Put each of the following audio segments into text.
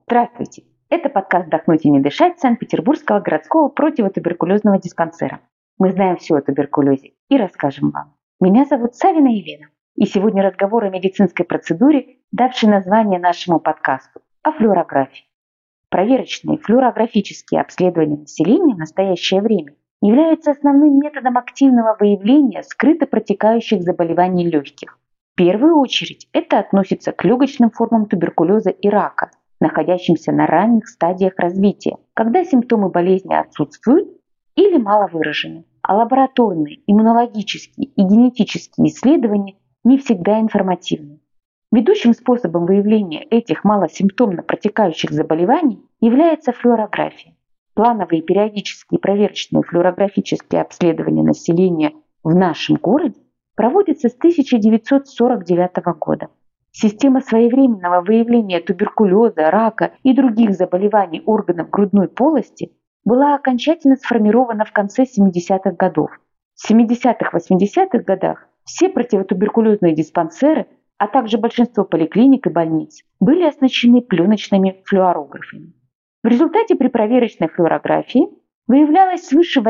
Здравствуйте! Это подкаст «Вдохнуть и не дышать» Санкт-Петербургского городского противотуберкулезного диспансера. Мы знаем все о туберкулезе и расскажем вам. Меня зовут Савина Елена, и сегодня разговор о медицинской процедуре, давшей название нашему подкасту – о флюорографии. Проверочные флюорографические обследования населения в настоящее время являются основным методом активного выявления скрыто протекающих заболеваний легких. В первую очередь это относится к легочным формам туберкулеза и рака, находящимся на ранних стадиях развития, когда симптомы болезни отсутствуют или мало выражены, а лабораторные, иммунологические и генетические исследования не всегда информативны. Ведущим способом выявления этих малосимптомно протекающих заболеваний является флюорография. Плановые периодические проверочные флюорографические обследования населения в нашем городе проводятся с 1949 года. Система своевременного выявления туберкулеза, рака и других заболеваний органов грудной полости была окончательно сформирована в конце 70-х годов. В 70-80-х годах все противотуберкулезные диспансеры, а также большинство поликлиник и больниц были оснащены пленочными флюорографами. В результате при проверочной флюорографии выявлялось свыше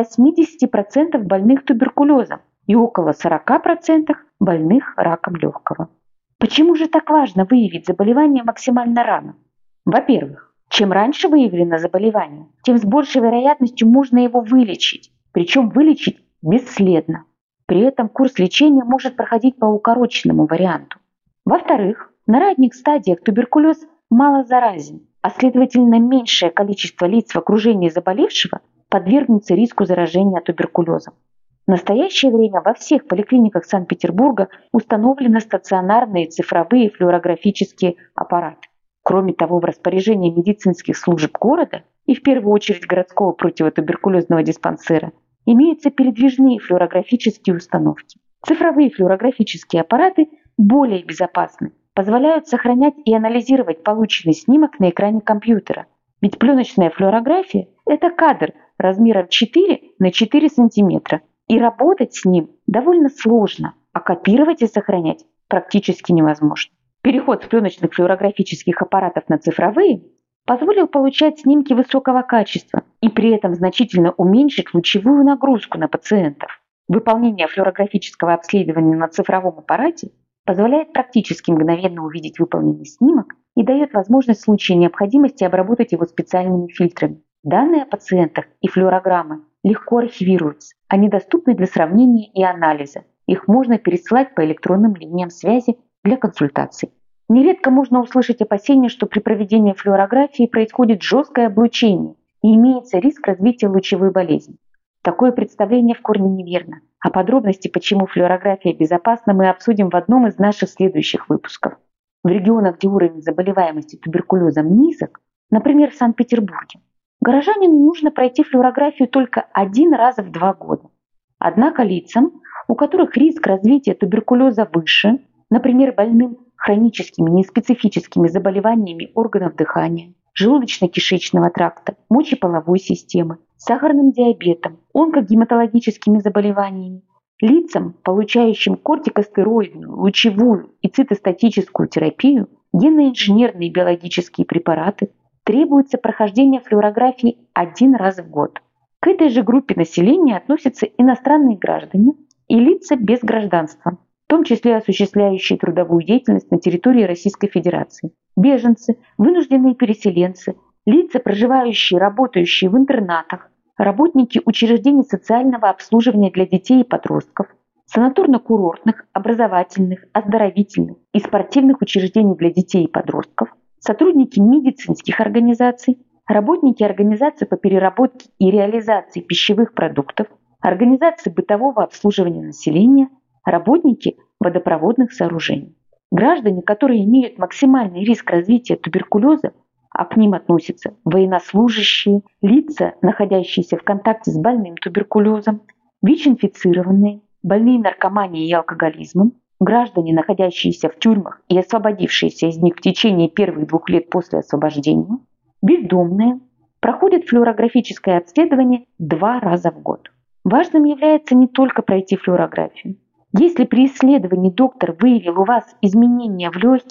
80% больных туберкулезом и около 40% больных раком легкого. Почему же так важно выявить заболевание максимально рано? Во-первых, чем раньше выявлено заболевание, тем с большей вероятностью можно его вылечить, причем вылечить бесследно. При этом курс лечения может проходить по укороченному варианту. Во-вторых, на ранних стадиях туберкулез мало заразен, а следовательно меньшее количество лиц в окружении заболевшего подвергнется риску заражения туберкулезом. В настоящее время во всех поликлиниках Санкт-Петербурга установлены стационарные цифровые флюорографические аппараты. Кроме того, в распоряжении медицинских служб города и в первую очередь городского противотуберкулезного диспансера имеются передвижные флюорографические установки. Цифровые флюорографические аппараты более безопасны, позволяют сохранять и анализировать полученный снимок на экране компьютера. Ведь пленочная флюорография – это кадр размером 4 на 4 см. И работать с ним довольно сложно, а копировать и сохранять практически невозможно. Переход с пленочных флюорографических аппаратов на цифровые позволил получать снимки высокого качества и при этом значительно уменьшить лучевую нагрузку на пациентов. Выполнение флюорографического обследования на цифровом аппарате позволяет практически мгновенно увидеть выполненный снимок и дает возможность в случае необходимости обработать его специальными фильтрами. Данные о пациентах и флюорограммы легко архивируются, они доступны для сравнения и анализа. Их можно пересылать по электронным линиям связи для консультаций. Нередко можно услышать опасения, что при проведении флюорографии происходит жесткое облучение и имеется риск развития лучевой болезни. Такое представление в корне неверно, а подробности, почему флюорография безопасна, мы обсудим в одном из наших следующих выпусков. В регионах, где уровень заболеваемости туберкулезом низок, например, в Санкт-Петербурге, горожанину нужно пройти флюорографию только один раз в 2 года. Однако лицам, у которых риск развития туберкулеза выше, например, больным хроническими неспецифическими заболеваниями органов дыхания, желудочно-кишечного тракта, мочеполовой системы, сахарным диабетом, онкогематологическими заболеваниями, лицам, получающим кортикостероидную, лучевую и цитостатическую терапию, генно-инженерные биологические препараты, требуется прохождение флюорографии 1 раз в год. К этой же группе населения относятся иностранные граждане и лица без гражданства, в том числе осуществляющие трудовую деятельность на территории Российской Федерации, беженцы, вынужденные переселенцы, лица, проживающие и работающие в интернатах, работники учреждений социального обслуживания для детей и подростков, санаторно-курортных, образовательных, оздоровительных и спортивных учреждений для детей и подростков, сотрудники медицинских организаций, работники организаций по переработке и реализации пищевых продуктов, организации бытового обслуживания населения, работники водопроводных сооружений. Граждане, которые имеют максимальный риск развития туберкулеза, а к ним относятся военнослужащие, лица, находящиеся в контакте с больным туберкулезом, ВИЧ-инфицированные, больные наркоманией и алкоголизмом, граждане, находящиеся в тюрьмах и освободившиеся из них в течение первых 2 лет после освобождения, бездомные, проходят флюорографическое обследование 2 раза в год. Важным является не только пройти флюорографию. Если при исследовании доктор выявил у вас изменения в легких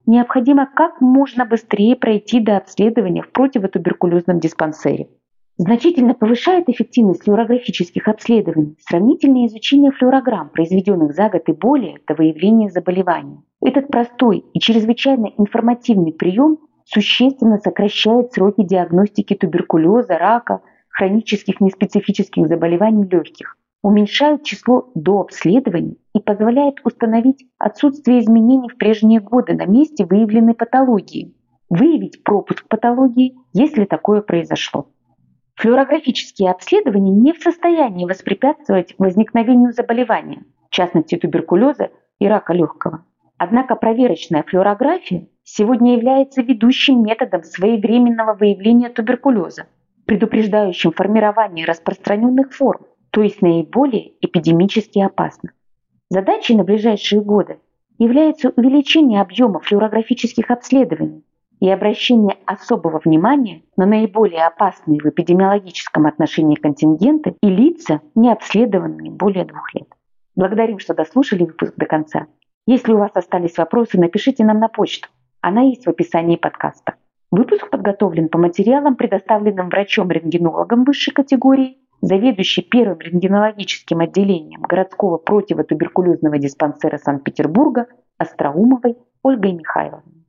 необходимо как можно быстрее пройти до обследования в противотуберкулезном диспансере. Значительно повышает эффективность флюорографических обследований сравнительное изучение флюорограмм, произведенных за год и более до выявления заболевания. Этот простой и чрезвычайно информативный прием существенно сокращает сроки диагностики туберкулеза, рака, хронических неспецифических заболеваний легких, уменьшает число дообследований и позволяет установить отсутствие изменений в прежние годы на месте выявленной патологии, выявить пропуск патологии, если такое произошло. Флюорографические обследования не в состоянии воспрепятствовать возникновению заболевания, в частности туберкулеза и рака легкого. Однако проверочная флюорография сегодня является ведущим методом своевременного выявления туберкулеза, предупреждающим формирование распространенных форм, то есть наиболее эпидемически опасных. Задачей на ближайшие годы является увеличение объема флюорографических обследований и обращение особого внимания на наиболее опасные в эпидемиологическом отношении контингенты и лица, не обследованные более 2 лет. Благодарим, что дослушали выпуск до конца. Если у вас остались вопросы, напишите нам на почту. Она есть в описании подкаста. Выпуск подготовлен по материалам, предоставленным врачом-рентгенологом высшей категории, заведующей первым рентгенологическим отделением городского противотуберкулезного диспансера Санкт-Петербурга Остроумовой Ольгой Михайловной.